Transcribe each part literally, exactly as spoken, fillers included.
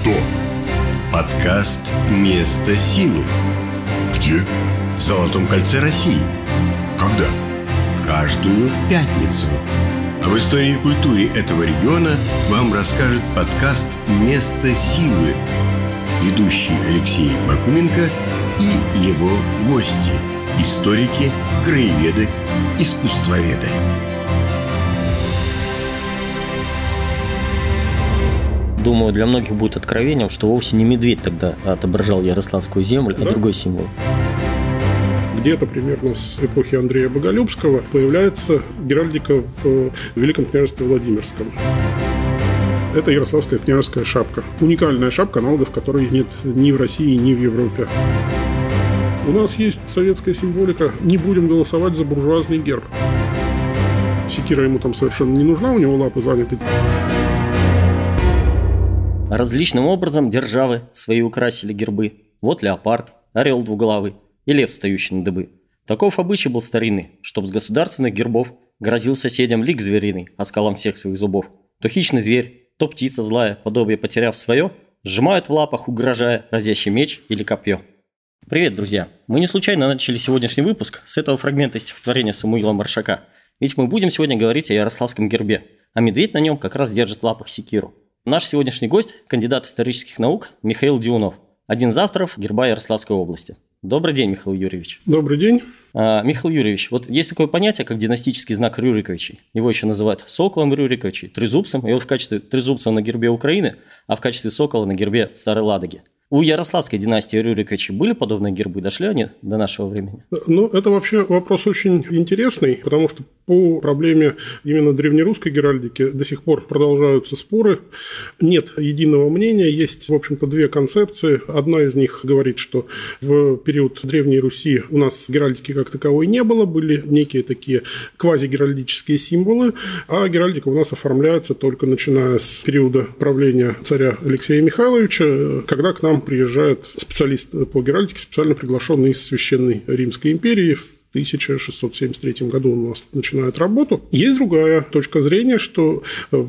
Что? Подкаст «Место силы». Где? В Золотом кольце России. Когда? Каждую пятницу. Об истории и культуре этого региона вам расскажет подкаст «Место силы». Ведущий Алексей Бакуменко и его гости – историки, краеведы, искусствоведы. Думаю, для многих будет откровением, что вовсе не медведь тогда отображал Ярославскую землю, а да? другой символ. Где-то примерно с эпохи Андрея Боголюбского появляется геральдика в Великом княжестве Владимирском. Это ярославская княжеская шапка. Уникальная шапка, аналогов которой нет ни в России, ни в Европе. У нас есть советская символика. Не будем голосовать за буржуазный герб. Секира ему там совершенно не нужна, у него лапы заняты. Различным образом державы свои украсили гербы. Вот леопард, орел двуглавый и лев, встающий на дыбы. Таков обычай был старинный, чтоб с государственных гербов грозил соседям лик звериный, оскалом всех своих зубов. То хищный зверь, то птица злая, подобие потеряв свое, сжимают в лапах, угрожая, разящий меч или копье. Привет, друзья! Мы не случайно начали сегодняшний выпуск с этого фрагмента стихотворения Самуила Маршака. Ведь мы будем сегодня говорить о ярославском гербе, а медведь на нем как раз держит в лапах секиру. Наш сегодняшний гость – кандидат исторических наук Михаил Дионов, один из авторов герба Ярославской области. Добрый день, Михаил Юрьевич. Добрый день. А, Михаил Юрьевич, вот есть такое понятие, как династический знак Рюриковичей. Его еще называют соколом Рюриковичей, трезубцем. И вот в качестве трезубца на гербе Украины, а в качестве сокола на гербе Старой Ладоги. У Ярославской династии Рюриковичей были подобные гербы? Дошли они до нашего времени? Ну, это вообще вопрос очень интересный, потому что по проблеме именно древнерусской геральдики до сих пор продолжаются споры. Нет единого мнения, есть, в общем-то, две концепции. Одна из них говорит, что в период Древней Руси у нас геральдики как таковой не было, были некие такие квазигеральдические символы, а геральдика у нас оформляется только начиная с периода правления царя Алексея Михайловича, когда к нам приезжает специалист по геральдике, специально приглашенный из Священной Римской империи. В тысяча шестьсот семьдесят третьем году он у нас начинает работу. Есть другая точка зрения, что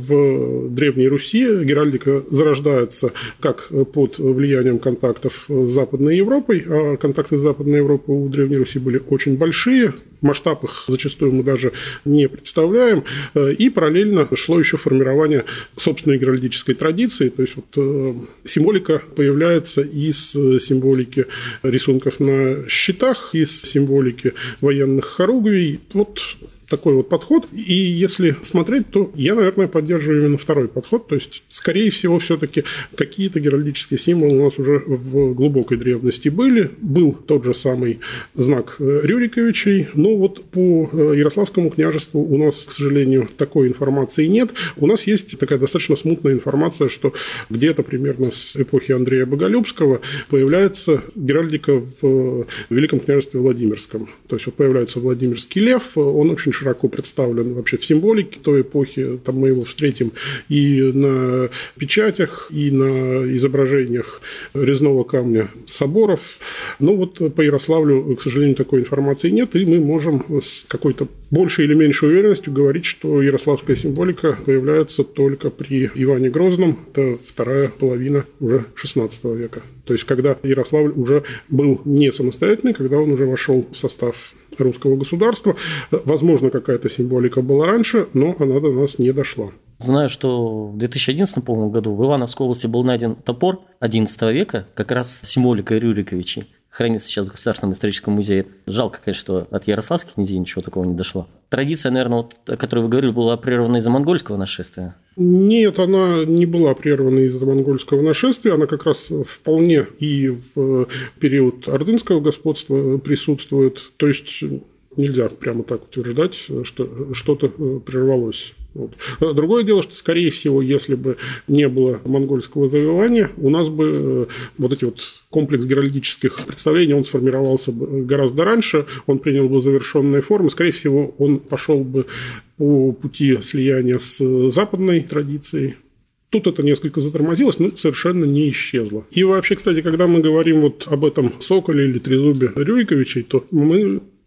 в Древней Руси геральдика зарождается как под влиянием контактов с Западной Европой, а контакты с Западной Европой у Древней Руси были очень большие, масштаб их зачастую мы даже не представляем, и параллельно шло еще формирование собственной геральдической традиции, то есть вот символика появляется из символики рисунков на щитах, из символики военных хоругвий. Вот такой вот подход. И если смотреть, то я, наверное, поддерживаю именно второй подход. То есть, скорее всего, все-таки какие-то геральдические символы у нас уже в глубокой древности были. Был тот же самый знак Рюриковичей. Но вот по Ярославскому княжеству у нас, к сожалению, такой информации нет. У нас есть такая достаточно смутная информация, что где-то примерно с эпохи Андрея Боголюбского появляется геральдика в Великом княжестве Владимирском. То есть, вот появляется Владимирский лев. Он очень широко представлен вообще в символике той эпохи. Там мы его встретим и на печатях, и на изображениях резного камня соборов. Но вот по Ярославлю, к сожалению, такой информации нет, и мы можем с какой-то большей или меньшей уверенностью говорить, что ярославская символика появляется только при Иване Грозном. Это вторая половина уже шестнадцатого века. То есть, когда Ярославль уже был не самостоятельный, когда он уже вошел в состав русского государства. Возможно, какая-то символика была раньше, но она до нас не дошла. Знаю, что в две тысячи одиннадцатом по-моему, году в Ивановской области был найден топор одиннадцатого века, как раз с символикой Рюриковичей. Хранится сейчас в Государственном историческом музее. Жалко, конечно, что от ярославских князей ничего такого не дошло. Традиция, наверное, вот, о которой вы говорили, была прервана из-за монгольского нашествия? Нет, она не была прервана из-за монгольского нашествия. Она как раз вполне и в период ордынского господства присутствует. То есть нельзя прямо так утверждать, что что-то прервалось. Вот. Другое дело, что, скорее всего, если бы не было монгольского завоевания, у нас бы вот эти вот комплекс геральдических представлений, он сформировался бы гораздо раньше, он принял бы завершенные формы, скорее всего, он пошел бы по пути слияния с западной традицией. Тут это несколько затормозилось, но совершенно не исчезло. И вообще, кстати, когда мы говорим вот об этом соколе или трезубе Рюриковичей, то мы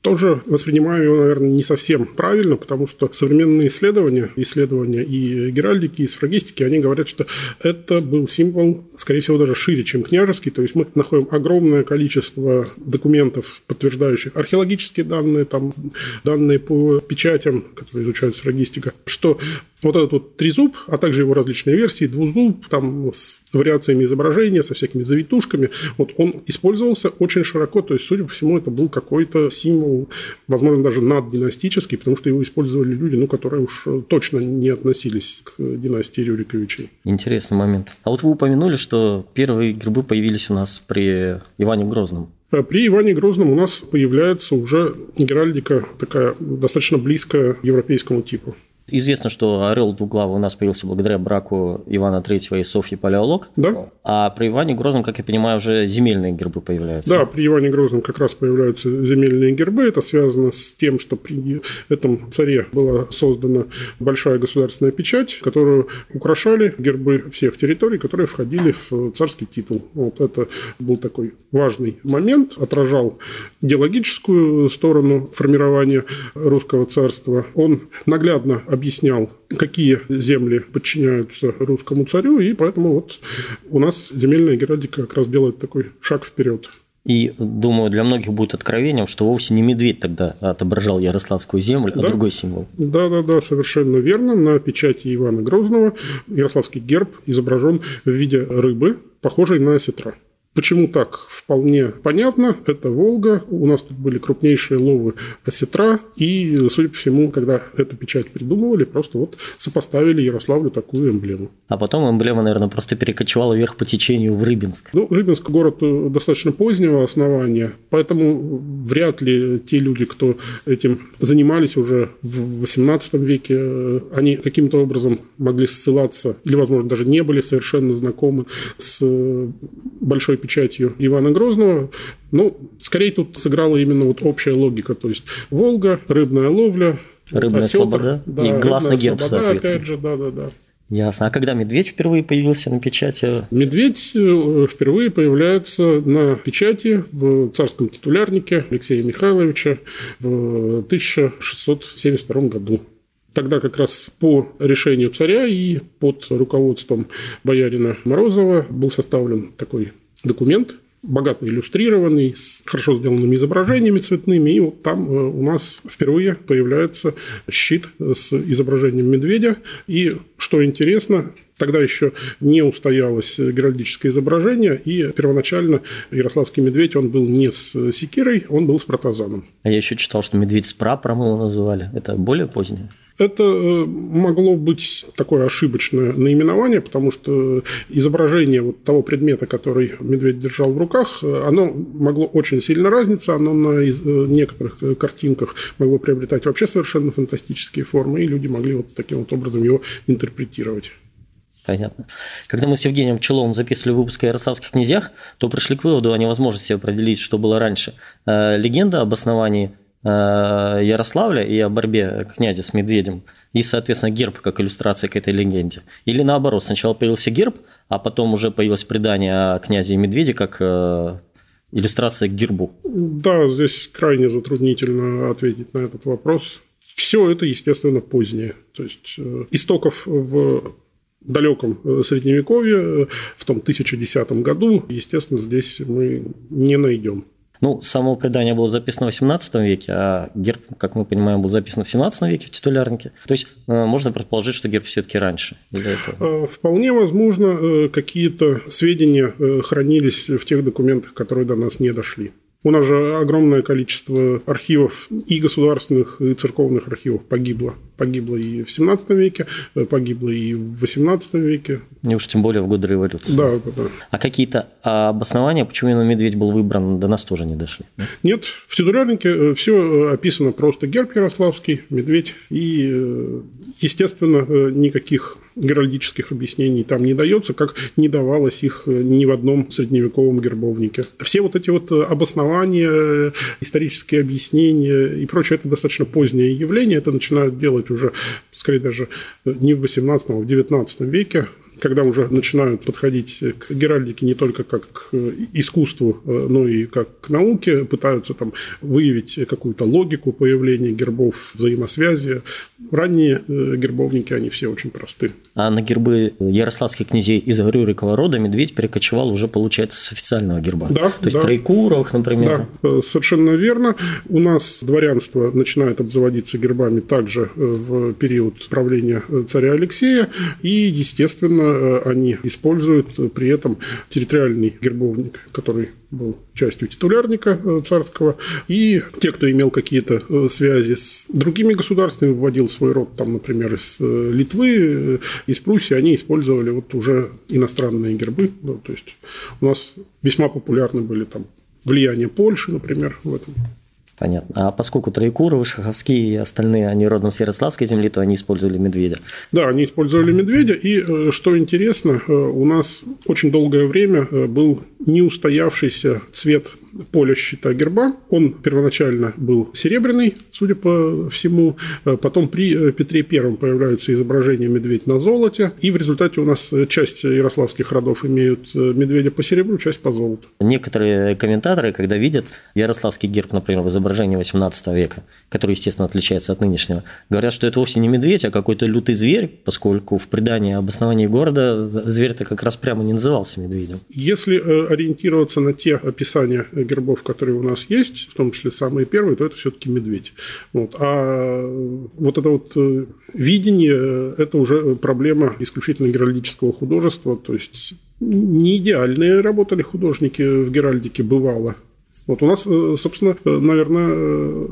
тоже воспринимаю его, наверное, не совсем правильно, потому что современные исследования, исследования и геральдики, и сфрагистики, они говорят, что это был символ, скорее всего, даже шире, чем княжеский. То есть мы находим огромное количество документов, подтверждающих археологические данные, там, данные по печатям, которые изучают сфрагистика, что вот этот вот трезуб, а также его различные версии, двузуб, там с вариациями изображения, со всякими завитушками, вот он использовался очень широко, то есть, судя по всему, это был какой-то символ, возможно, даже наддинастический, потому что его использовали люди, ну, которые уж точно не относились к династии Рюриковичей. Интересный момент. А вот вы упомянули, что первые гербы появились у нас при Иване Грозном. При Иване Грозном у нас появляется уже геральдика такая достаточно близкая европейскому типу. Известно, что орел двуглавый у нас появился благодаря браку Ивана третьего и Софьи Палеолог. Да. А при Иване Грозном, как я понимаю, уже земельные гербы появляются. Да, при Иване Грозном как раз появляются земельные гербы. Это связано с тем, что при этом царе была создана большая государственная печать, которую украшали гербы всех территорий, которые входили в царский титул. Вот это был такой важный момент, отражал идеологическую сторону формирования русского царства. Он наглядно объяснял, какие земли подчиняются русскому царю, и поэтому вот у нас земельная геральдика как раз делает такой шаг вперед. И, думаю, для многих будет откровением, что вовсе не медведь тогда отображал Ярославскую землю, а да? другой символ. Да-да-да, совершенно верно. На печати Ивана Грозного ярославский герб изображен в виде рыбы, похожей на осетра. Почему так? Вполне понятно. Это Волга. У нас тут были крупнейшие ловы осетра. И, судя по всему, когда эту печать придумывали, просто вот сопоставили Ярославлю такую эмблему. А потом эмблема, наверное, просто перекочевала вверх по течению в Рыбинск. Ну, Рыбинск – город достаточно позднего основания, поэтому вряд ли те люди, кто этим занимались уже в восемнадцатом веке, они каким-то образом могли ссылаться, или, возможно, даже не были совершенно знакомы с большой печатью Ивана Грозного. Ну, скорее тут сыграла именно вот общая логика, то есть Волга, рыбная ловля, рыбная осетр, слобода да, и гласный герб, слобода, соответственно. Опять же, да-да-да. Ясно. А когда медведь впервые появился на печати? Медведь впервые появляется на печати в царском титулярнике Алексея Михайловича в тысяча шестьсот семьдесят втором году. Тогда как раз по решению царя и под руководством боярина Морозова был составлен такой документ, богато иллюстрированный, с хорошо сделанными изображениями цветными. И вот там у нас впервые появляется щит с изображением медведя. И, что интересно, тогда еще не устоялось геральдическое изображение, и первоначально ярославский медведь, он был не с секирой, он был с протазаном. А я еще читал, что медведь с прапором его называли. Это более позднее? Это могло быть такое ошибочное наименование, потому что изображение вот того предмета, который медведь держал в руках, оно могло очень сильно разниться, оно на некоторых картинках могло приобретать вообще совершенно фантастические формы, и люди могли вот таким вот образом его интерпретировать. Понятно. Когда мы с Евгением Пчеловым записывали выпуск о ярославских князьях, то пришли к выводу о невозможности определить, что было раньше. Легенда об основании Ярославля и о борьбе князя с медведем, и, соответственно, герб как иллюстрация к этой легенде. Или наоборот, сначала появился герб, а потом уже появилось предание о князе и медведе как иллюстрация к гербу. Да, здесь крайне затруднительно ответить на этот вопрос. Все это, естественно, позднее. То есть истоков в далеком Средневековье, в том тысяча десятом году, естественно, здесь мы не найдем. Ну, само предание было записано в восемнадцатом веке, а герб, как мы понимаем, был записан в семнадцатом веке в титулярнике. То есть можно предположить, что герб все-таки раньше. Это... Вполне возможно, какие-то сведения хранились в тех документах, которые до нас не дошли. У нас же огромное количество архивов, и государственных, и церковных архивов погибло. Погибло и в семнадцатом веке, погибло и в восемнадцатом веке. И уж тем более в годы революции. Да, да, да. А какие-то обоснования, почему именно медведь был выбран, до нас тоже не дошли? Нет, в титулярнике все описано просто: герб ярославский, медведь, и, естественно, никаких геральдических объяснений там не дается, как не давалось их ни в одном средневековом гербовнике. Все вот эти вот обоснования, исторические объяснения и прочее, это достаточно позднее явление. Это начинают делать уже, скорее, даже не в восемнадцатом, а в девятнадцатом веке. когда уже начинают подходить к геральдике не только как к искусству, но и как к науке, пытаются там выявить какую-то логику появления гербов, взаимосвязи. Ранние гербовники, они все очень просты. А на гербы ярославских князей из Рюрикова рода медведь перекочевал уже, получается, с официального герба. Да, То есть да. Троекуровых, например. Да, совершенно верно. У нас дворянство начинает обзаводиться гербами также в период правления царя Алексея, и, естественно, они используют при этом территориальный гербовник, который был частью титулярника царского, и те, кто имел какие-то связи с другими государствами, вводил свой род, там, например, из Литвы, из Пруссии, они использовали вот уже иностранные гербы. Ну, то есть у нас весьма популярны были там влияние Польши, например, в этом. Понятно. А поскольку Троекуровы, Шаховские и остальные, они родом с Ярославской земли, то они использовали медведя. Да, они использовали медведя. И, что интересно, у нас очень долгое время был неустоявшийся цвет поля щита герба. Он первоначально был серебряный, судя по всему. Потом при Петре Первом появляются изображения медведя на золоте. И в результате у нас часть ярославских родов имеют медведя по серебру, часть по золоту. Некоторые комментаторы, когда видят ярославский герб, например, в изображении восемнадцатого века, который, естественно, отличается от нынешнего, говорят, что это вовсе не медведь, а какой-то лютый зверь, поскольку в предании об основании города зверь-то как раз прямо не назывался медведем. Если ориентироваться на те описания гербов, которые у нас есть, в том числе самые первые, то это все-таки медведь. Вот. А вот это вот видение – это уже проблема исключительно геральдического художества, то есть не идеальные работали художники в геральдике, бывало. Вот у нас, собственно, наверное,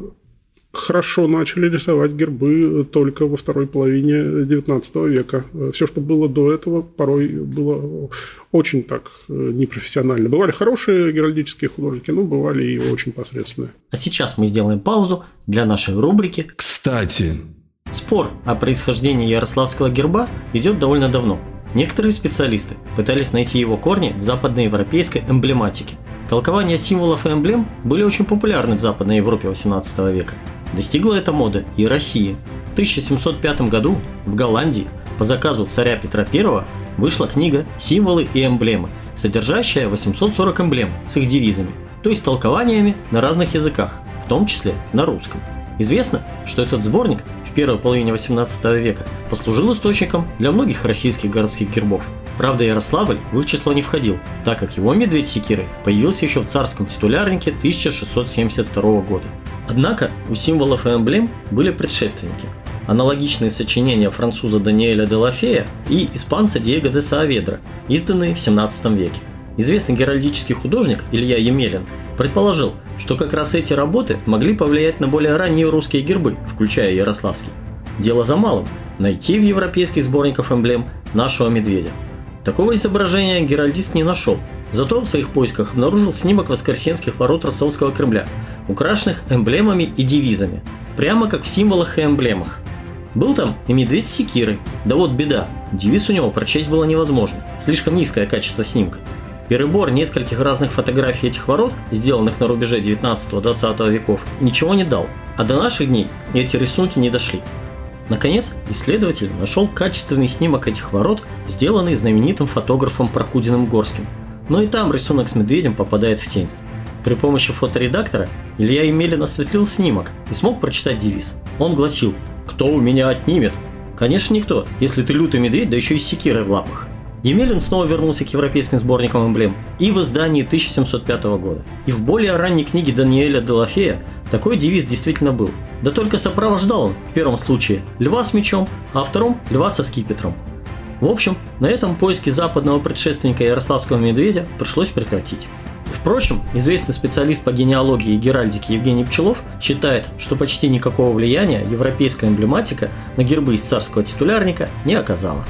хорошо начали рисовать гербы только во второй половине девятнадцатого века. Все, что было до этого, порой было очень так непрофессионально. Бывали хорошие геральдические художники, но бывали и очень посредственные. А сейчас мы сделаем паузу для нашей рубрики Кстати. Спор о происхождении ярославского герба идет довольно давно. Некоторые специалисты пытались найти его корни в западноевропейской эмблематике. Толкования символов и эмблем были очень популярны в Западной Европе восемнадцатого века. Достигла эта мода и России. В тысяча семьсот пятом году в Голландии по заказу царя Петра Первого вышла книга «Символы и эмблемы», содержащая восемьсот сорок эмблем с их девизами, то есть толкованиями на разных языках, в том числе на русском. Известно, что этот сборник в первой половине восемнадцатого века послужил источником для многих российских городских гербов. Правда, Ярославль в их число не входил, так как его медведь с секирой появился еще в царском титулярнике тысяча шестьсот семьдесят второго года. Однако у символов и эмблем были предшественники. Аналогичные сочинения француза Даниэля де Лафея и испанца Диего де Сааведра, изданные в семнадцатом веке. Известный геральдический художник Илья Емелин предположил, что как раз эти работы могли повлиять на более ранние русские гербы, включая ярославский. Дело за малым – найти в европейских сборниках эмблем нашего медведя. Такого изображения геральдист не нашел, зато в своих поисках обнаружил снимок Воскресенских ворот Ростовского Кремля, украшенных эмблемами и девизами, прямо как в символах и эмблемах. Был там и медведь с секирой, да вот беда, девиз у него прочесть было невозможно, слишком низкое качество снимка. Перебор нескольких разных фотографий этих ворот, сделанных на рубеже девятнадцатого-двадцатого веков, ничего не дал, а до наших дней эти рисунки не дошли. Наконец, исследователь нашел качественный снимок этих ворот, сделанный знаменитым фотографом Прокудиным Горским. Но и там рисунок с медведем попадает в тень. При помощи фоторедактора Илья Емелин осветлил снимок и смог прочитать девиз. Он гласил: «Кто у меня отнимет?» Конечно, никто, если ты лютый медведь, да еще и с секирой в лапах. Емелин снова вернулся к европейским сборникам эмблем и в издании тысяча семьсот пятого года. И в более ранней книге Даниэля де Лафея такой девиз действительно был. Да только сопровождал он в первом случае льва с мечом, а во втором льва со скипетром. В общем, на этом поиски западного предшественника ярославского медведя пришлось прекратить. Впрочем, известный специалист по генеалогии и геральдике Евгений Пчелов считает, что почти никакого влияния европейская эмблематика на гербы из царского титулярника не оказала.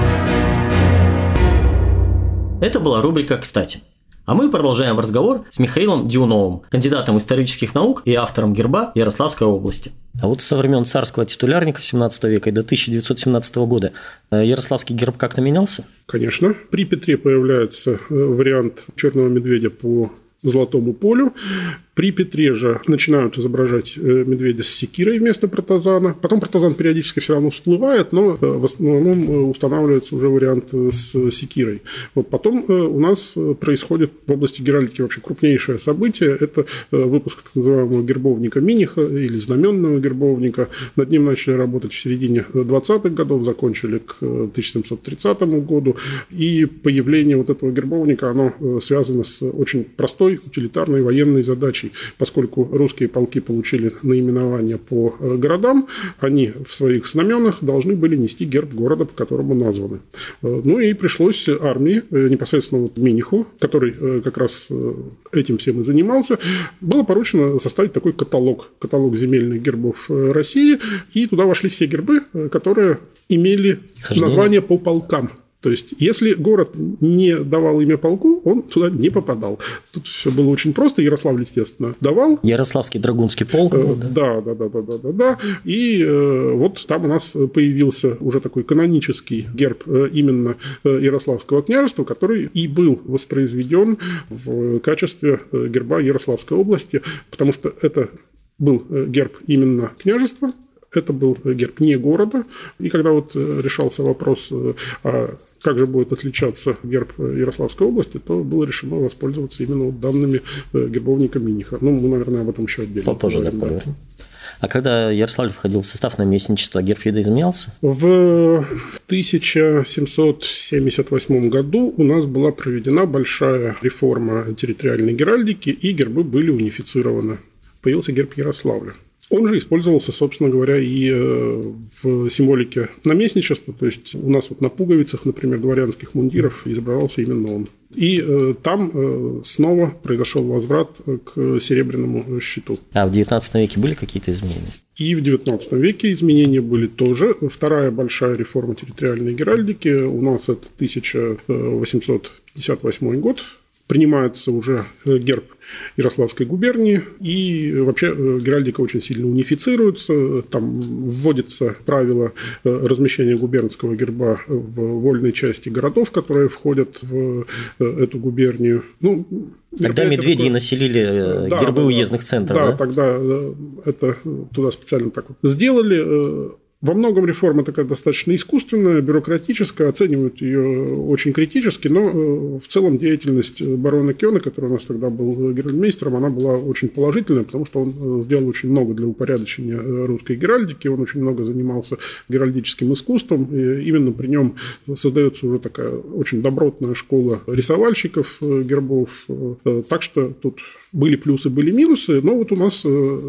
Это была рубрика «Кстати». А мы продолжаем разговор с Михаилом Дюновым, кандидатом исторических наук и автором герба Ярославской области. А вот со времен царского титулярника семнадцатого века и до тысяча девятьсот семнадцатого года ярославский герб как-то менялся? Конечно. При Петре появляется вариант черного медведя по золотому полю. При Петре же начинают изображать медведя с секирой вместо протазана. Потом протазан периодически все равно всплывает, но в основном устанавливается уже вариант с секирой. Вот потом у нас происходит в области геральдики вообще крупнейшее событие. Это выпуск так называемого гербовника Миниха или знаменного гербовника. Над ним начали работать в середине двадцатых годов, закончили к тысяча семьсот тридцатому году. И появление вот этого гербовника, оно связано с очень простой утилитарной военной задачей. Поскольку русские полки получили наименование по городам, они в своих знаменах должны были нести герб города, по которому названы. Ну и пришлось армии, непосредственно вот Миниху, который как раз этим всем и занимался, было поручено составить такой каталог, каталог земельных гербов России, и туда вошли все гербы, которые имели Хождение. название по полкам. То есть, если город не давал имя полку, он туда не попадал. Тут все было очень просто. Ярославль, естественно, давал. Ярославский драгунский полк. Был, да, да, да, да, да, да, да. И э, вот там у нас появился уже такой канонический герб э, именно э, Ярославского княжества, который и был воспроизведен в качестве э, герба Ярославской области, потому что это был э, герб именно княжества. Это был герб не города. И когда вот решался вопрос, а как же будет отличаться герб Ярославской области, то было решено воспользоваться именно вот данными гербовника Миниха. Ну, мы, наверное, об этом еще отдельно Попозже поговорим. Да, поговорим. А когда Ярославль входил в состав наместничества, герб видоизменялся? В тысяча семьсот семьдесят восьмом году у нас была проведена большая реформа территориальной геральдики, и гербы были унифицированы. Появился герб Ярославля. Он же использовался, собственно говоря, и в символике наместничества. То есть у нас вот на пуговицах, например, дворянских мундиров изображался именно он. И э, там э, снова произошел возврат к серебряному щиту. А в девятнадцатом веке были какие-то изменения? И в девятнадцатом веке изменения были тоже. Вторая большая реформа территориальной геральдики у нас это тысяча восемьсот пятьдесят восьмой год. Принимается уже герб Ярославской губернии, и вообще геральдика очень сильно унифицируется, там вводится правило размещения губернского герба в вольной части городов, которые входят в эту губернию. Ну, тогда медведи такое... населили да, гербы да, уездных центров, да? Да, тогда это туда специально так вот сделали. Во многом реформа такая достаточно искусственная, бюрократическая, оценивают ее очень критически, но в целом деятельность барона Кёна, который у нас тогда был геральдмейстером, она была очень положительная, потому что он сделал очень много для упорядочения русской геральдики, он очень много занимался геральдическим искусством, и именно при нем создается уже такая очень добротная школа рисовальщиков гербов, так что тут... Были плюсы, были минусы, но вот у нас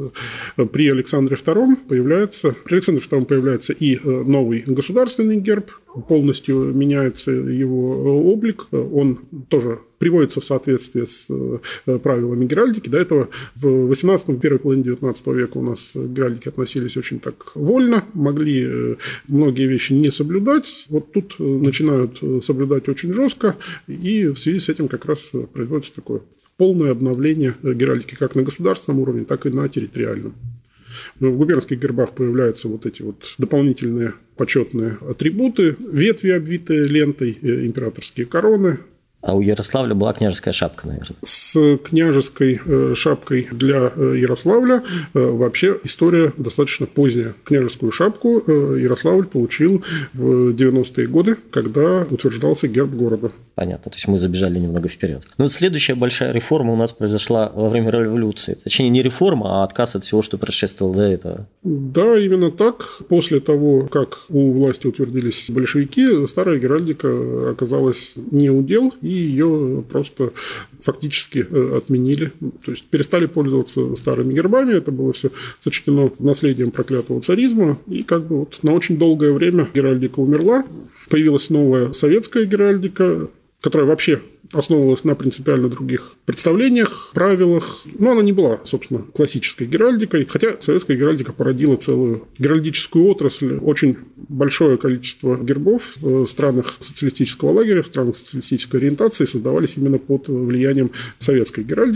при Александре втором появляется, при Александре втором появляется и новый государственный герб, полностью меняется его облик, он тоже приводится в соответствие с правилами геральдики. До этого в восемнадцатом, первой половине девятнадцатого века у нас к геральдике относились очень так вольно, могли многие вещи не соблюдать. Вот тут начинают соблюдать очень жестко, и в связи с этим как раз производится такое полное обновление геральдики как на государственном уровне, так и на территориальном. В губернских гербах появляются вот эти вот дополнительные почетные атрибуты, ветви, обвитые лентой, императорские короны. А у Ярославля была княжеская шапка, наверное. С княжеской шапкой для Ярославля вообще история достаточно поздняя. Княжескую шапку Ярославль получил в девяностые годы, когда утверждался герб города. Понятно, то есть мы забежали немного вперед. Но вот следующая большая реформа у нас произошла во время революции. Точнее, не реформа, а отказ от всего, что предшествовало до этого. Да, именно так. После того, как у власти утвердились большевики, старая геральдика оказалась не у дел, и ее просто фактически отменили. То есть перестали пользоваться старыми гербами. Это было все сочтено наследием проклятого царизма. И как бы вот на очень долгое время геральдика умерла. Появилась новая советская геральдика, которая вообще основывалась на принципиально других представлениях, правилах. Но она не была, собственно, классической геральдикой. Хотя советская геральдика породила целую геральдическую отрасль. Очень большое количество гербов в странах социалистического лагеря, в странах социалистической ориентации создавались именно под влиянием советской геральдики.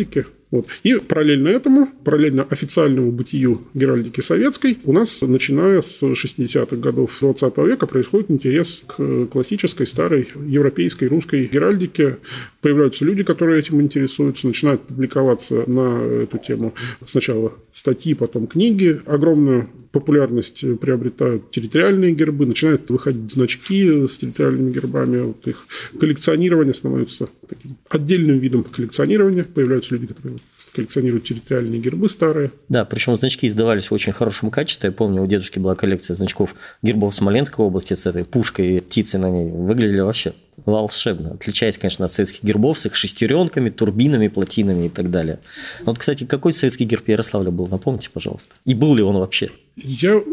Вот. И параллельно этому, параллельно официальному бытию геральдики советской, у нас, начиная с шестидесятых годов двадцатого века, происходит интерес к классической, старой, европейской, русской геральдике. Появляются люди, которые этим интересуются, начинают публиковаться на эту тему сначала статьи, потом книги. Огромную популярность приобретают территориальные гербы, начинают выходить значки с территориальными гербами. Вот их коллекционирование становится таким отдельным видом коллекционирования. Появляются люди, которые коллекционируют территориальные гербы старые. Да, причем значки издавались в очень хорошем качестве. Я помню, у дедушки была коллекция значков гербов Смоленской области с этой пушкой и птицей на ней. Выглядели вообще волшебно. Отличаясь, конечно, от советских гербов с их шестеренками, турбинами, плотинами и так далее. Вот, кстати, какой советский герб Ярославля был? Напомните, пожалуйста. И был ли он вообще? Я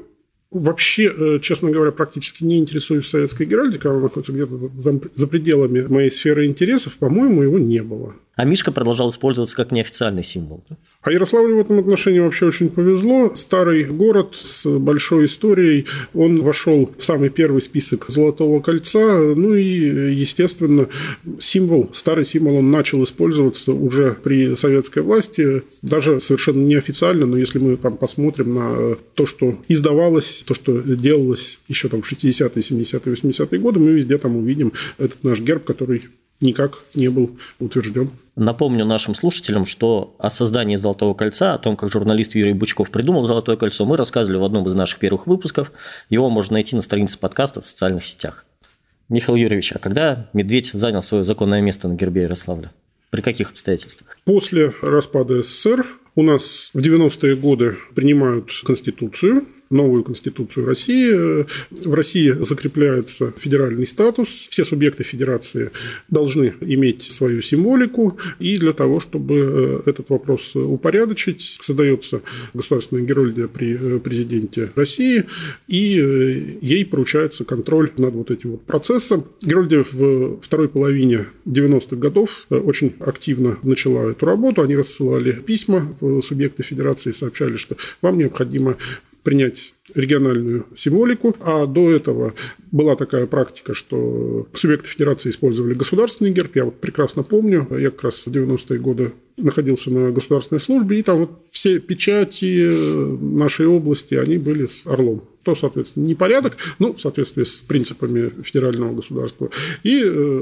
вообще, честно говоря, практически не интересуюсь советской геральдикой. Она находится где-то за пределами моей сферы интересов. По-моему, его не было. А Мишка продолжал использоваться как неофициальный символ. А Ярославлю в этом отношении вообще очень повезло. Старый город с большой историей, он вошел в самый первый список Золотого кольца. Ну и, естественно, символ, старый символ, он начал использоваться уже при советской власти, даже совершенно неофициально, но если мы там посмотрим на то, что издавалось, то, что делалось еще там в шестидесятые, семидесятые, восьмидесятые годы, мы везде там увидим этот наш герб, который никак не был утвержден. Напомню нашим слушателям, что о создании Золотого кольца, о том, как журналист Юрий Бычков придумал Золотое кольцо, мы рассказывали в одном из наших первых выпусков. Его можно найти на странице подкаста в социальных сетях. Михаил Юрьевич, а когда медведь занял свое законное место на гербе Ярославля? При каких обстоятельствах? После распада СССР у нас в девяностые годы принимают Конституцию, новую Конституцию России. В России закрепляется федеральный статус. Все субъекты федерации должны иметь свою символику. И для того, чтобы этот вопрос упорядочить, создается государственная геральдия при президенте России, и ей поручается контроль над вот этим вот процессом. Геральдия в второй половине девяностых годов очень активно начала эту работу. Они рассылали письма в субъекты федерации, сообщали, что вам необходимо принять региональную символику, а до этого была такая практика, что субъекты федерации использовали государственный герб. Я вот прекрасно помню, я как раз в девяностые годы находился на государственной службе, и там вот все печати нашей области, они были с орлом. То, соответственно, непорядок, ну, в соответствии с принципами федерального государства. И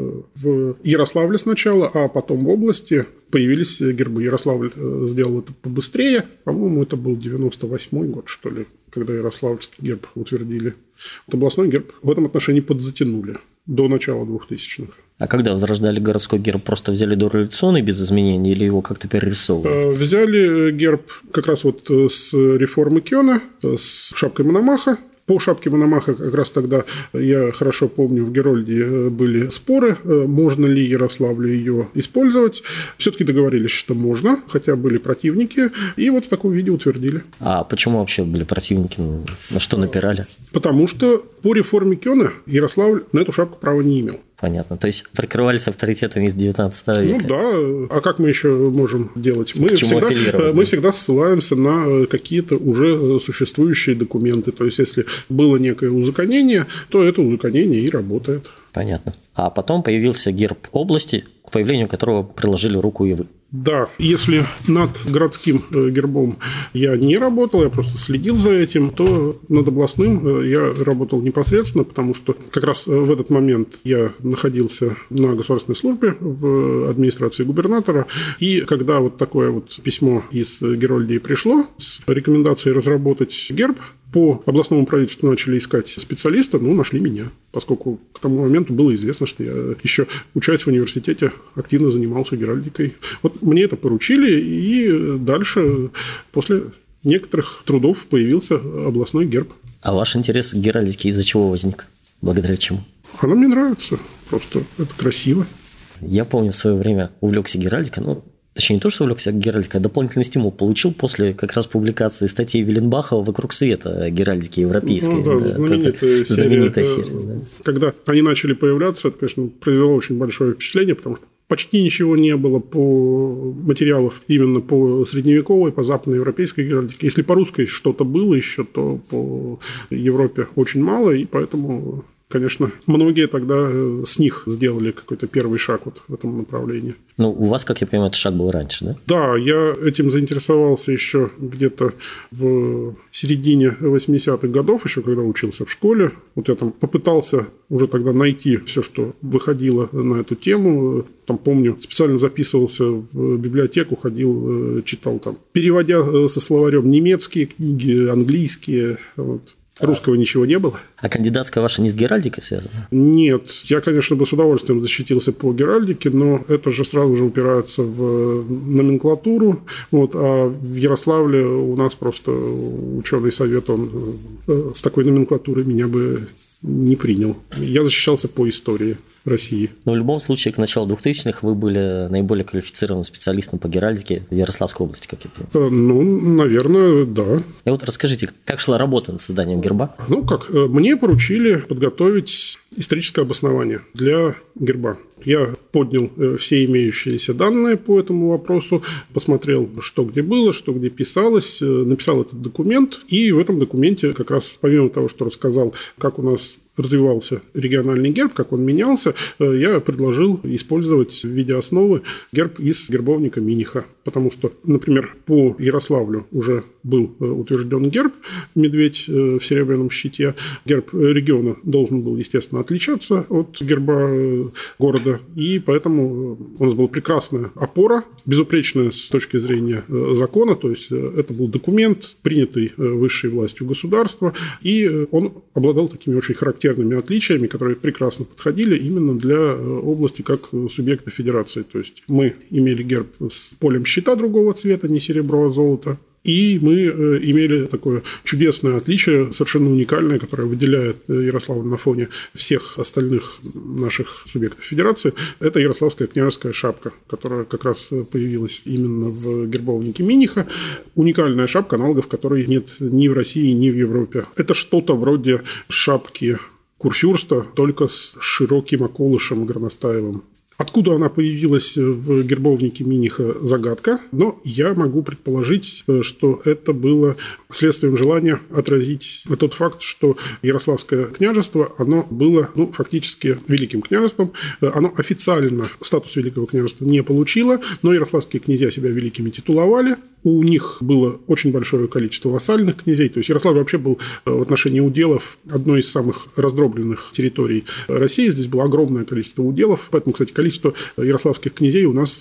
в Ярославле сначала, а потом в области появились гербы. Ярославль сделал это побыстрее. По-моему, это был девяносто восьмой год, что ли, когда ярославльский герб утвердили. Вот областной герб в этом отношении подзатянули до начала двухтысячных. А когда возрождали городской герб, просто взяли дореволюционный без изменений или его как-то перерисовывали? Взяли герб как раз вот с реформы Кёна, с шапкой Мономаха. По шапке Мономаха как раз тогда, я хорошо помню, в Герольде были споры, можно ли Ярославлю ее использовать. Все-таки договорились, что можно, хотя были противники, и вот в таком виде утвердили. А почему вообще были противники? На что напирали? Потому что по реформе Кёна Ярославль на эту шапку права не имел. Понятно. То есть прикрывались авторитетами из девятнадцатого века. Ну да. А как мы еще можем делать? Мы всегда, мы всегда ссылаемся на какие-то уже существующие документы. То есть, если было некое узаконение, то это узаконение и работает. Понятно. А потом появился герб области, к появлению которого приложили руку и вы. Да, если над городским гербом я не работал, я просто следил за этим, то над областным я работал непосредственно, потому что как раз в этот момент я находился на государственной службе в администрации губернатора, и когда вот такое вот письмо из Герольдии пришло с рекомендацией разработать герб, по областному правительству начали искать специалиста, ну, нашли меня, поскольку к тому моменту было известно, что я еще, учась в университете, активно занимался геральдикой. Вот мне это поручили, и дальше, после некоторых трудов, появился областной герб. А ваш интерес к геральдике из-за чего возник? Благодаря чему? Она мне нравится, просто это красиво. Я помню, в свое время увлекся геральдикой, ну, точнее, не то, что увлекся геральдикой, а дополнительный стимул получил после как раз публикации статьи Виленбахова «Вокруг света» геральдики европейской. Ну, да, знаменитая, это, знаменитая серия. серия да. Когда они начали появляться, это, конечно, произвело очень большое впечатление, потому что почти ничего не было по материалов именно по средневековой, по западноевропейской геральдике. Если по русской что-то было еще, то по Европе очень мало, и поэтому конечно, многие тогда с них сделали какой-то первый шаг вот в этом направлении. Ну, у вас, как я понимаю, этот шаг был раньше, да? Да, я этим заинтересовался еще где-то в середине восьмидесятых годов, еще когда учился в школе. Вот я там попытался уже тогда найти все, что выходило на эту тему. Там, помню, специально записывался в библиотеку, ходил, читал там, переводя со словарем немецкие книги, английские, вот. Русского ничего не было. А кандидатская ваша не с геральдикой связана? Нет. Я, конечно, бы с удовольствием защитился по геральдике, но это же сразу же упирается в номенклатуру. Вот, а в Ярославле у нас просто ученый совет, он с такой номенклатурой меня бы не принял. Я защищался по истории России. Но в любом случае, к началу двухтысячных вы были наиболее квалифицированным специалистом по геральдике в Ярославской области, как я понимаю. Ну, наверное, да. И вот расскажите, как шла работа над созданием герба? Ну, как, мне поручили подготовить историческое обоснование для герба. Я поднял все имеющиеся данные по этому вопросу, посмотрел, что где было, что где писалось, написал этот документ, и в этом документе как раз, помимо того, что рассказал, как у нас развивался региональный герб, как он менялся, я предложил использовать в виде основы герб из гербовника Миниха. Потому что, например, по Ярославлю уже был утвержден герб «Медведь в серебряном щите». Герб региона должен был, естественно, отличаться от герба города. И поэтому у нас была прекрасная опора, безупречная с точки зрения закона. То есть это был документ, принятый высшей властью государства. И он обладал такими очень характерными отличиями, которые прекрасно подходили именно для области как субъекта федерации. То есть мы имели герб с полем щита другого цвета, не серебро, а золото. И мы имели такое чудесное отличие, совершенно уникальное, которое выделяет Ярославль на фоне всех остальных наших субъектов федерации. Это Ярославская княжеская шапка, которая как раз появилась именно в гербовнике Миниха. Уникальная шапка, аналогов которой нет ни в России, ни в Европе. Это что-то вроде шапки курфюрста, только с широким околышем горностаевым. Откуда она появилась в гербовнике Миниха – загадка, но я могу предположить, что это было следствием желания отразить тот факт, что Ярославское княжество, оно было ну, фактически великим княжеством, оно официально статус великого княжества не получило, но ярославские князья себя великими титуловали, у них было очень большое количество вассальных князей, то есть Ярославль вообще был в отношении уделов одной из самых раздробленных территорий России, здесь было огромное количество уделов, поэтому, кстати, количество ярославских князей у нас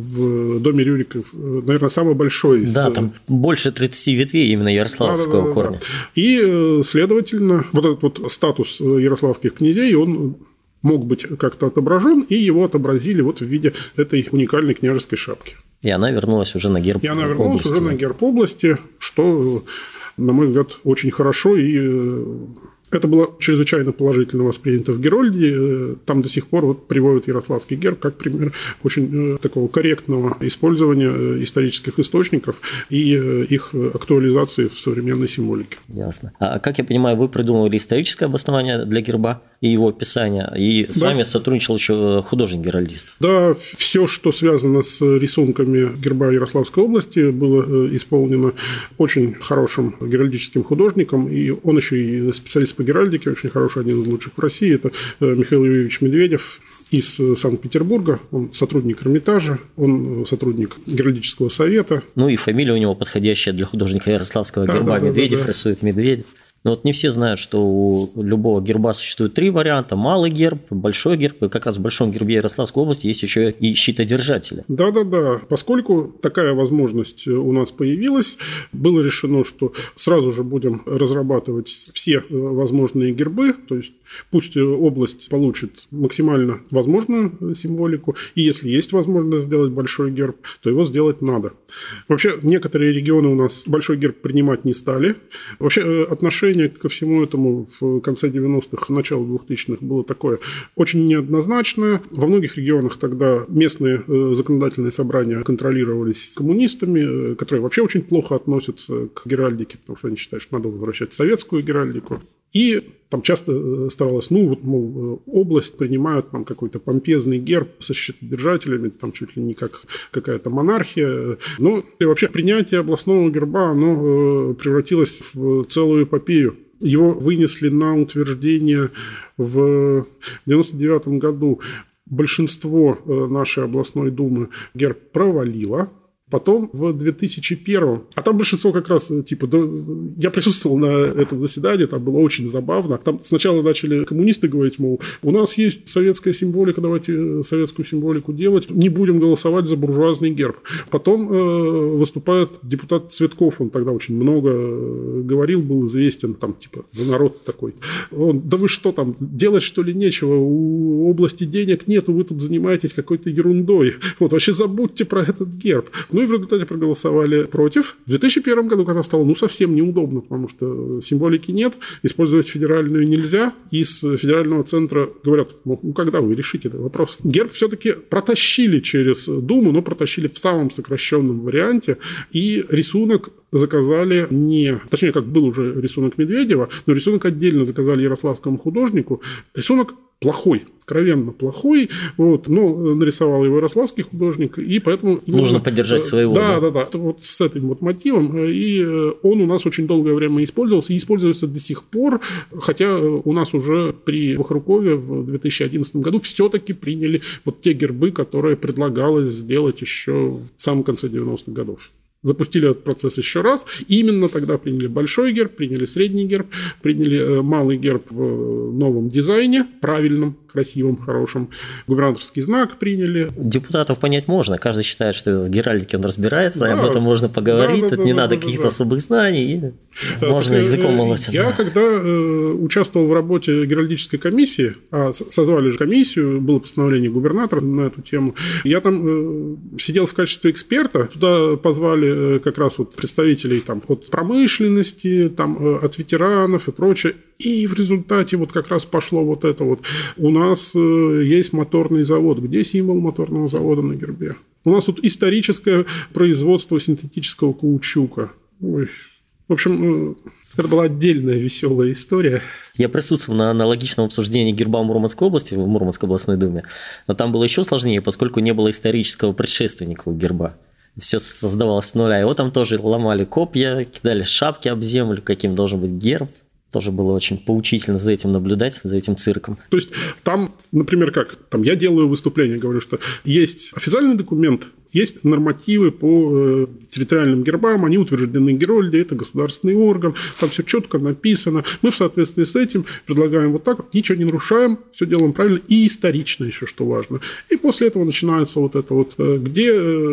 в доме Рюриков, наверное, самое большое. Да, там больше тридцати ветвей именно ярославского да, да, да, корня. Да. И, следовательно, вот этот вот статус ярославских князей, он мог быть как-то отображен, и его отобразили вот в виде этой уникальной княжеской шапки. И она вернулась уже на герб области. И она вернулась области. уже на герб области, что, на мой взгляд, очень хорошо. И это было чрезвычайно положительно воспринято в Герольде. Там до сих пор вот приводят ярославский герб как пример очень такого корректного использования исторических источников и их актуализации в современной символике. Ясно. А как я понимаю, вы придумывали историческое обоснование для герба и его описание, и с да. вами сотрудничал еще художник-геральдист? Да, все, что связано с рисунками герба Ярославской области, было исполнено очень хорошим геральдическим художником, и он еще и специалист по геральдике, очень хороший, один из лучших в России, это Михаил Юрьевич Медведев из Санкт-Петербурга, он сотрудник Эрмитажа, он сотрудник Геральдического совета. Ну и фамилия у него подходящая для художника Ярославского да, герба, да, Медведев да, да. рисует медведя. Но вот не все знают, что у любого герба существует три варианта. Малый герб, большой герб. И как раз в большом гербе Ярославской области есть еще и щитодержатели. Да-да-да. Поскольку такая возможность у нас появилась, было решено, что сразу же будем разрабатывать все возможные гербы. То есть пусть область получит максимально возможную символику. И если есть возможность сделать большой герб, то его сделать надо. Вообще, некоторые регионы у нас большой герб принимать не стали. Вообще, отношение ко всему этому в конце девяностых, начало двухтысячных было такое очень неоднозначное. Во многих регионах тогда местные законодательные собрания контролировались коммунистами, которые вообще очень плохо относятся к геральдике, потому что они считают, что надо возвращать советскую геральдику. И там часто старалось, ну, вот, мол, область принимают там какой-то помпезный герб со щитодержателями, там чуть ли не как какая-то монархия. Ну, и вообще принятие областного герба, оно превратилось в целую эпопею. Его вынесли на утверждение в девяносто девятом году. Большинство нашей областной думы герб провалило. Потом в две тысячи первом, а там большинство как раз, типа, да, я присутствовал на этом заседании, там было очень забавно. Там сначала начали коммунисты говорить, мол, у нас есть советская символика, давайте советскую символику делать, не будем голосовать за буржуазный герб. Потом э, выступает депутат Цветков, он тогда очень много говорил, был известен, там, типа, за народ такой. Он, да вы что там, делать что ли нечего, у области денег нету, вы тут занимаетесь какой-то ерундой. Вот, вообще забудьте про этот герб. Ну и в результате проголосовали против. В две тысячи первом году, когда стало ну, совсем неудобно, потому что символики нет, использовать федеральную нельзя, из федерального центра говорят, ну, когда вы решите этот вопрос? Герб все-таки протащили через Думу, но протащили в самом сокращенном варианте, и рисунок заказали не... Точнее, как был уже рисунок Медведева, но рисунок отдельно заказали ярославскому художнику. Рисунок плохой, откровенно плохой, вот, но нарисовал его ярославский художник, и поэтому... Нужно поддержать своего. Да, да, да, да, вот с этим вот мотивом, и он у нас очень долгое время использовался, и используется до сих пор, хотя у нас уже при Вахрукове в две тысячи одиннадцатом году все-таки приняли вот те гербы, которые предлагалось сделать еще в самом конце девяностых годов. Запустили этот процесс еще раз. И именно тогда приняли большой герб, приняли средний герб, приняли малый герб в новом дизайне, правильном, красивом, хорошем. Губернаторский знак приняли. Депутатов понять можно. Каждый считает, что в геральдике он разбирается, да, об этом можно поговорить. Да, да, тут да, не да, надо да, каких-то да. особых знаний. И да, можно языком молоть. Я, когда э, участвовал в работе геральдической комиссии, а созвали же комиссию, было постановление губернатора на эту тему, я там э, сидел в качестве эксперта. Туда позвали как раз вот представителей там, от промышленности, там, от ветеранов и прочее. И в результате вот как раз пошло вот это вот. У нас есть моторный завод. Где символ моторного завода на гербе? У нас тут историческое производство синтетического каучука. Ой. В общем, это была отдельная веселая история. Я присутствовал на аналогичном обсуждении герба Мурманской области в Мурманской областной думе, но там было еще сложнее, поскольку не было исторического предшественника у герба. Все создавалось с нуля. Его там тоже ломали копья, кидали шапки об землю, каким должен быть герб. Тоже было очень поучительно за этим наблюдать, за этим цирком. То есть там, например, как? Там я делаю выступление, говорю, что есть официальный документ, есть нормативы по э, территориальным гербам, они утверждены Герольде, это государственный орган, там все четко написано. Мы в соответствии с этим предлагаем вот так, ничего не нарушаем, все делаем правильно и исторично еще, что важно. И после этого начинается вот это вот, э, где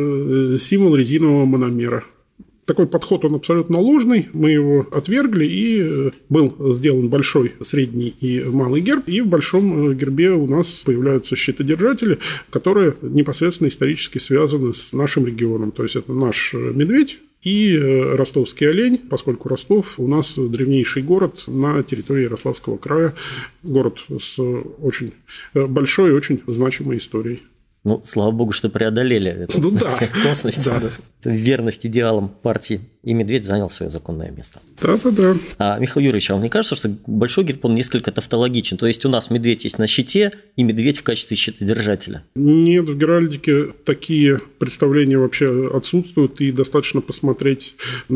э, символ резинового мономера. Такой подход, он абсолютно ложный, мы его отвергли, и был сделан большой, средний и малый герб, и в большом гербе у нас появляются щитодержатели, которые непосредственно исторически связаны с нашим регионом, то есть это наш медведь и ростовский олень, поскольку Ростов у нас древнейший город на территории Ярославского края, город с очень большой и очень значимой историей. Ну, слава богу, что преодолели эту ну, да. косность, да. верность идеалам партии, и медведь занял свое законное место. Да-да-да. А, Михаил Юрьевич, а вам не кажется, что большой герб, он несколько тавтологичен? То есть у нас медведь есть на щите, и медведь в качестве щитодержателя? Нет, в геральдике такие представления вообще отсутствуют, и достаточно посмотреть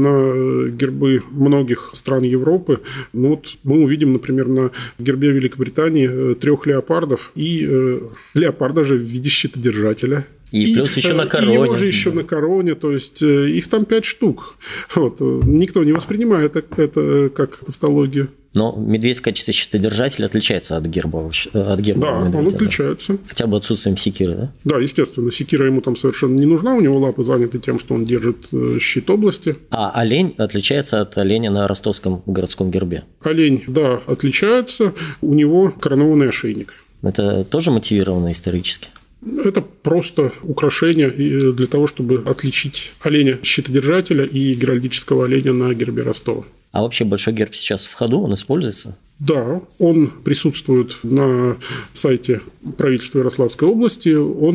на гербы многих стран Европы. Ну, вот мы увидим, например, на гербе Великобритании трех леопардов, и э, леопарда же в виде щитодержателя. Держателя. И, и плюс еще на короне. И его же еще на короне, то есть их там пять штук. Вот. Никто не воспринимает это, это как тавтологию. Но медведь в качестве щитодержателя отличается от герба. От герба да, медведя, он отличается. Да. Хотя бы отсутствием секиры, да? Да, естественно. Секира ему там совершенно не нужна, у него лапы заняты тем, что он держит щит области. А олень отличается от оленя на ростовском городском гербе? Олень, да, отличается. У него коронованный ошейник. Это тоже мотивировано исторически? Это просто украшение для того, чтобы отличить оленя-щитодержателя и геральдического оленя на гербе Ростова. А вообще большой герб сейчас в ходу, он используется? Да, он присутствует на сайте правительства Ярославской области,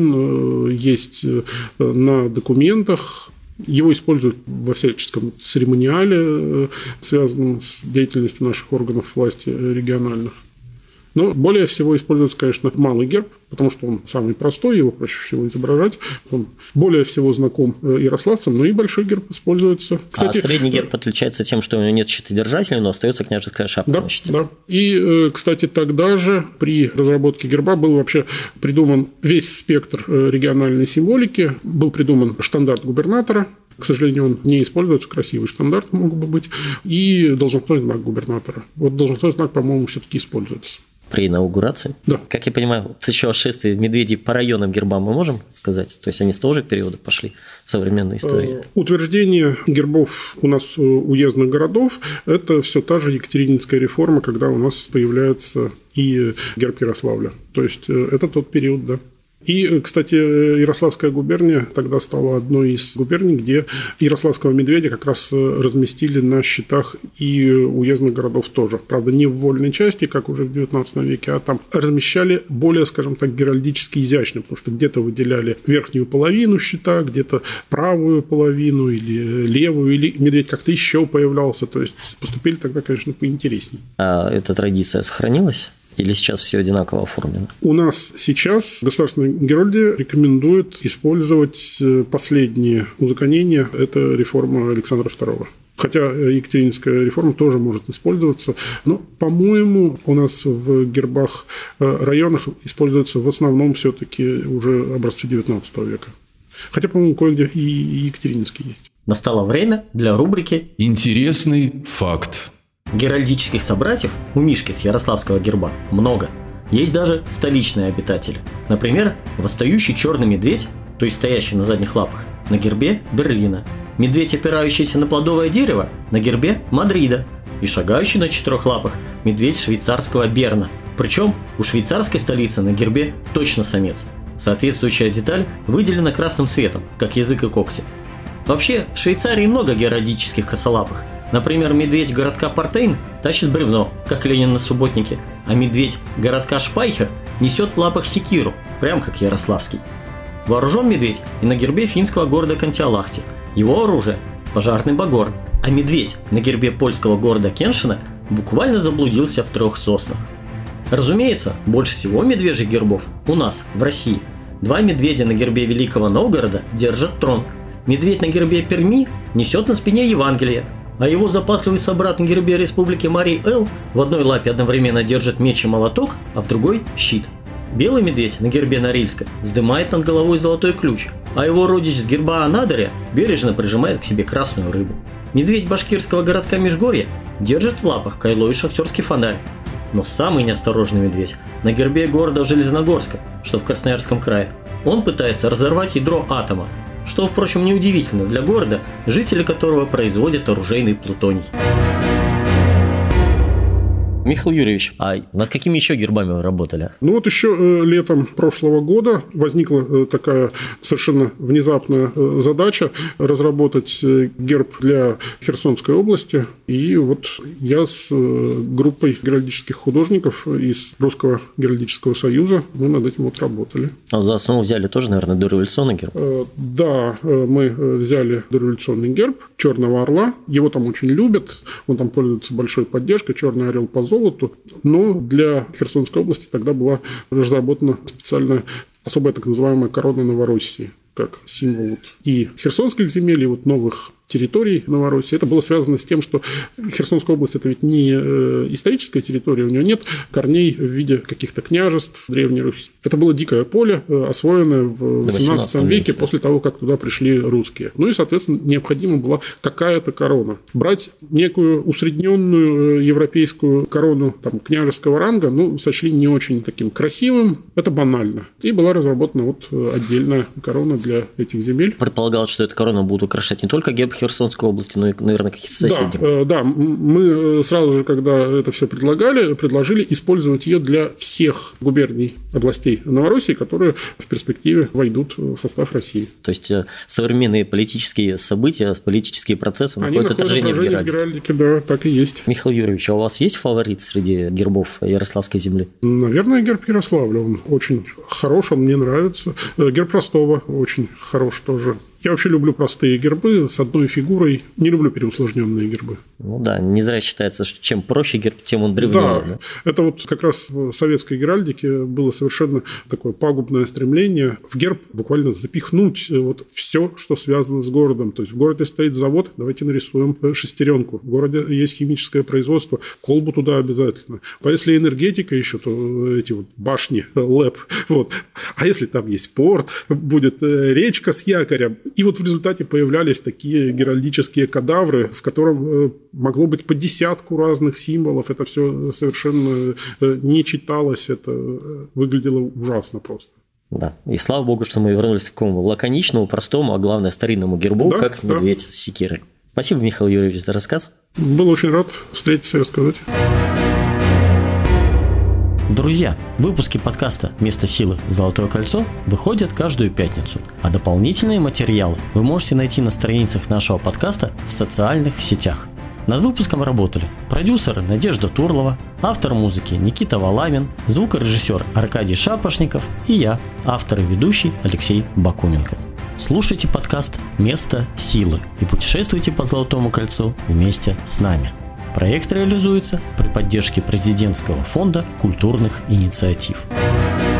он есть на документах, его используют во всяческом церемониале, связанном с деятельностью наших органов власти региональных. Но более всего используется, конечно, малый герб, потому что он самый простой, его проще всего изображать. Он более всего знаком ярославцам, но и большой герб используется. Кстати, а средний герб отличается тем, что у него нет щитодержателя, но остается княжеская шапка да, на щите. Да. И, кстати, тогда же при разработке герба был вообще придуман весь спектр региональной символики, был придуман штандарт губернатора. К сожалению, он не используется, красивый штандарт мог бы быть, и должностной знак губернатора. Вот должностной знак, по-моему, все-таки используется. При инаугурации? Да. Как я понимаю, с еще шествия медведей по районам гербам мы можем сказать? То есть они с того же периода пошли в современной истории? Утверждение гербов у нас уездных городов – это все та же Екатерининская реформа, когда у нас появляется и герб Ярославля. То есть это тот период, да. И, кстати, Ярославская губерния тогда стала одной из губерний, где ярославского медведя как раз разместили на щитах и уездных городов тоже. Правда, не в вольной части, как уже в девятнадцатом веке, а там размещали более, скажем так, геральдически изящно, потому что где-то выделяли верхнюю половину щита, где-то правую половину или левую, или медведь как-то еще появлялся. То есть поступили тогда, конечно, поинтереснее. А эта традиция сохранилась? Или сейчас все одинаково оформлено? У нас сейчас Государственная геральдия рекомендует использовать последние узаконения. Это реформа Александра второго. Хотя Екатерининская реформа тоже может использоваться. Но, по-моему, у нас в гербах районах используются в основном все-таки уже образцы девятнадцатого века. Хотя, по-моему, кое-где и Екатерининский есть. Настало время для рубрики «Интересный факт». Геральдических собратьев у Мишки с ярославского герба много. Есть даже столичные обитатели. Например, восстающий черный медведь, то есть стоящий на задних лапах, на гербе Берлина. Медведь, опирающийся на плодовое дерево, на гербе Мадрида. И шагающий на четырех лапах медведь швейцарского Берна. Причем у швейцарской столицы на гербе точно самец. Соответствующая деталь выделена красным цветом, как язык и когти. Вообще, в Швейцарии много геральдических косолапых. Например, медведь городка Портейн тащит бревно, как Ленин на субботнике, а медведь городка Шпайхер несет в лапах секиру, прям как ярославский. Вооружен медведь и на гербе финского города Контиолахти. Его оружие – пожарный багор, а медведь на гербе польского города Кеншина буквально заблудился в трех соснах. Разумеется, больше всего медвежьих гербов у нас, в России. Два медведя на гербе Великого Новгорода держат трон. Медведь на гербе Перми несет на спине Евангелие, а его запасливый собрат на гербе Республики Марий-Эл в одной лапе одновременно держит меч и молоток, а в другой – щит. Белый медведь на гербе Норильска вздымает над головой золотой ключ, а его родич с герба Анадыря бережно прижимает к себе красную рыбу. Медведь башкирского городка Межгорье держит в лапах кайло и шахтерский фонарь. Но самый неосторожный медведь на гербе города Железногорска, что в Красноярском крае. Он пытается разорвать ядро атома, что, впрочем, неудивительно для города, жители которого производят оружейный плутоний. Михаил Юрьевич, а над какими еще гербами вы работали? Ну вот еще летом прошлого года возникла такая совершенно внезапная задача разработать герб для Херсонской области. И вот я с группой геральдических художников из Русского геральдического союза мы над этим вот работали. А за основу взяли тоже, наверное, дореволюционный герб? Да, мы взяли дореволюционный герб Черного орла. Его там очень любят, он там пользуется большой поддержкой, черный орел по золоту. Но для Херсонской области тогда была разработана специальная особая так называемая корона Новороссии, как символ вот и херсонских земель, и вот новых территорий Новороссии. Это было связано с тем, что Херсонская область – это ведь не историческая территория, у нее нет корней в виде каких-то княжеств Древней Руси. Это было дикое поле, освоенное в восемнадцатом веке, после того, как туда пришли русские. Ну и, соответственно, необходима была какая-то корона. Брать некую усредненную европейскую корону там, княжеского ранга, ну, сочли не очень таким красивым, это банально. И была разработана вот отдельная корона для этих земель. Предполагалось, что эта корона будет украшать не только герб Херсонской области, но и, наверное, каких-то соседних. Да, да, мы сразу же, когда это все предлагали, предложили использовать ее для всех губерний, областей Новороссии, которые в перспективе войдут в состав России. То есть современные политические события, политические процессы находят отражение в геральдике. в геральдике. Да, так и есть. Михаил Юрьевич, а у вас есть фаворит среди гербов Ярославской земли? Наверное, герб Ярославля. Он очень хорош, он мне нравится. Герб Ростова очень хорош тоже. Я вообще люблю простые гербы с одной фигурой. Не люблю переусложненные гербы. Ну да, не зря считается, что чем проще герб, тем он древнее. Да, да? Это вот как раз в советской геральдике было совершенно такое пагубное стремление в герб буквально запихнуть вот все, что связано с городом. То есть в городе стоит завод, давайте нарисуем шестеренку. В городе есть химическое производство, колбу туда обязательно. А если энергетика еще, то эти вот башни, ЛЭП. Вот. А если там есть порт, будет речка с якорем. И вот в результате появлялись такие геральдические кадавры, в котором могло быть по десятку разных символов. Это все совершенно не читалось, это выглядело ужасно просто. Да, и слава богу, что мы вернулись к такому лаконичному, простому, а главное старинному гербу, да, как да. медведь с секирой. Спасибо, Михаил Юрьевич, за рассказ. Был очень рад встретиться и рассказать. Друзья, выпуски подкаста «Место силы. Золотое кольцо» выходят каждую пятницу, а дополнительные материалы вы можете найти на страницах нашего подкаста в социальных сетях. Над выпуском работали продюсеры Надежда Турлова, автор музыки Никита Валамин, звукорежиссер Аркадий Шапошников и я, автор и ведущий Алексей Бакуменко. Слушайте подкаст «Место силы» и путешествуйте по Золотому кольцу вместе с нами. Проект реализуется при поддержке Президентского фонда культурных инициатив.